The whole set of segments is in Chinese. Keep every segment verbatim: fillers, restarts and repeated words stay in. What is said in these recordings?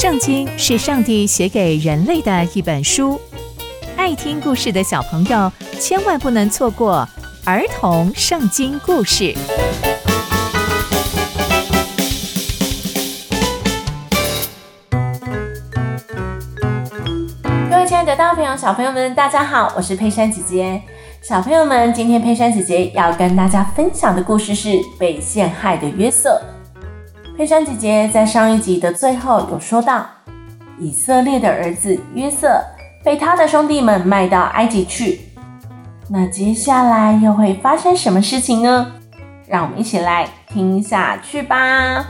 圣经是上帝写给人类的一本书，爱听故事的小朋友千万不能错过儿童圣经故事。 各位亲爱的大朋友小朋友们，大家好，我是佩珊姐姐。小朋友们，今天佩珊姐姐要跟大家分享的故事是被陷害的约瑟。佩珊姐姐在上一集的最后有说到，以色列的儿子约瑟被他的兄弟们卖到埃及去。那接下来又会发生什么事情呢？让我们一起来听下去吧。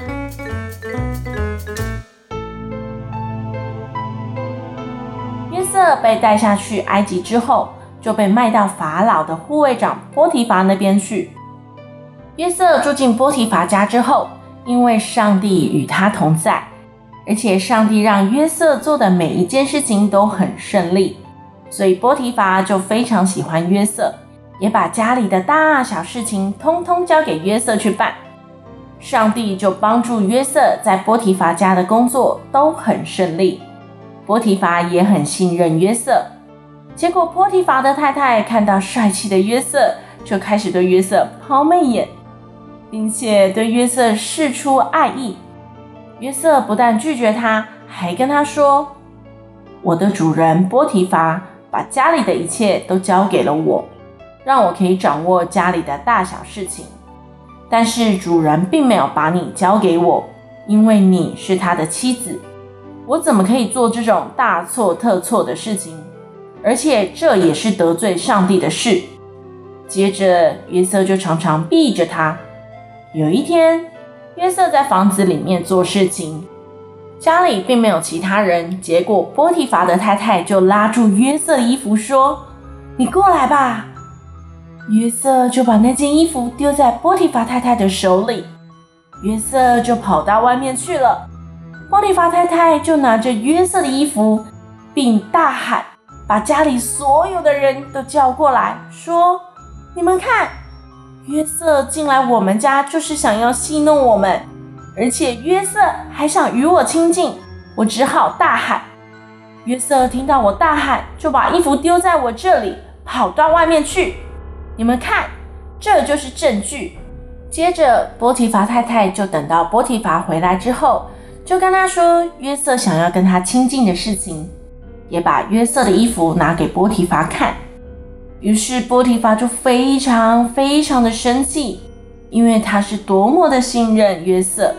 约瑟被带下去埃及之后，就被卖到法老的护卫长波提乏那边去。约瑟住进波提乏家之后，因为上帝与他同在，而且上帝让约瑟做的每一件事情都很顺利，所以波提乏就非常喜欢约瑟，也把家里的大小事情通通交给约瑟去办。上帝就帮助约瑟在波提乏家的工作都很顺利，波提乏也很信任约瑟。结果波提乏的太太看到帅气的约瑟，就开始对约瑟抛媚眼，并且对约瑟释出爱意。约瑟不但拒绝他，还跟他说，我的主人波提乏把家里的一切都交给了我，让我可以掌握家里的大小事情。但是主人并没有把你交给我，因为你是他的妻子，我怎么可以做这种大错特错的事情？而且这也是得罪上帝的事。接着约瑟就常常避着他。有一天，约瑟在房子里面做事情，家里并没有其他人，结果波提乏的太太就拉住约瑟的衣服说，你过来吧。约瑟就把那件衣服丢在波提乏太太的手里，约瑟就跑到外面去了。波提乏太太就拿着约瑟的衣服，并大喊，把家里所有的人都叫过来，说，你们看，约瑟进来我们家就是想要戏弄我们，而且约瑟还想与我亲近，我只好大喊。约瑟听到我大喊，就把衣服丢在我这里，跑到外面去。你们看，这就是证据。接着波提乏太太就等到波提乏回来之后，就跟他说约瑟想要跟他亲近的事情，也把约瑟的衣服拿给波提乏看。于是波提乏就非常非常的生气，因为他是多么的信任约瑟。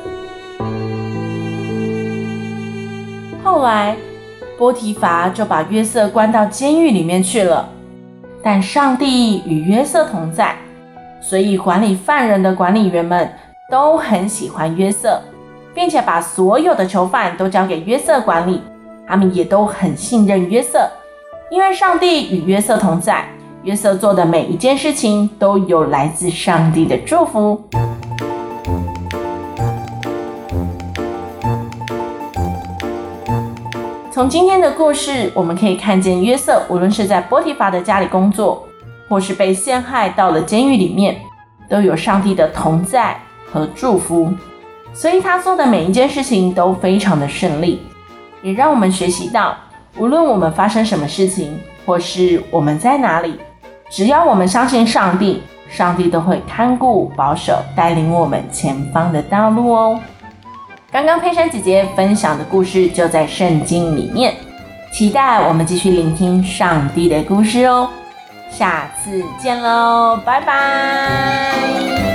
后来波提乏就把约瑟关到监狱里面去了，但上帝与约瑟同在，所以管理犯人的管理员们都很喜欢约瑟，并且把所有的囚犯都交给约瑟管理，他们也都很信任约瑟。因为上帝与约瑟同在，约瑟做的每一件事情都有来自上帝的祝福。从今天的故事，我们可以看见约瑟无论是在波提乏的家里工作，或是被陷害到了监狱里面，都有上帝的同在和祝福，所以他做的每一件事情都非常的顺利，也让我们学习到，无论我们发生什么事情，或是我们在哪里，只要我们相信上帝，上帝都会看顾保守，带领我们前方的道路哦。刚刚佩珊姐姐分享的故事就在圣经里面，期待我们继续聆听上帝的故事哦。下次见喽，拜拜。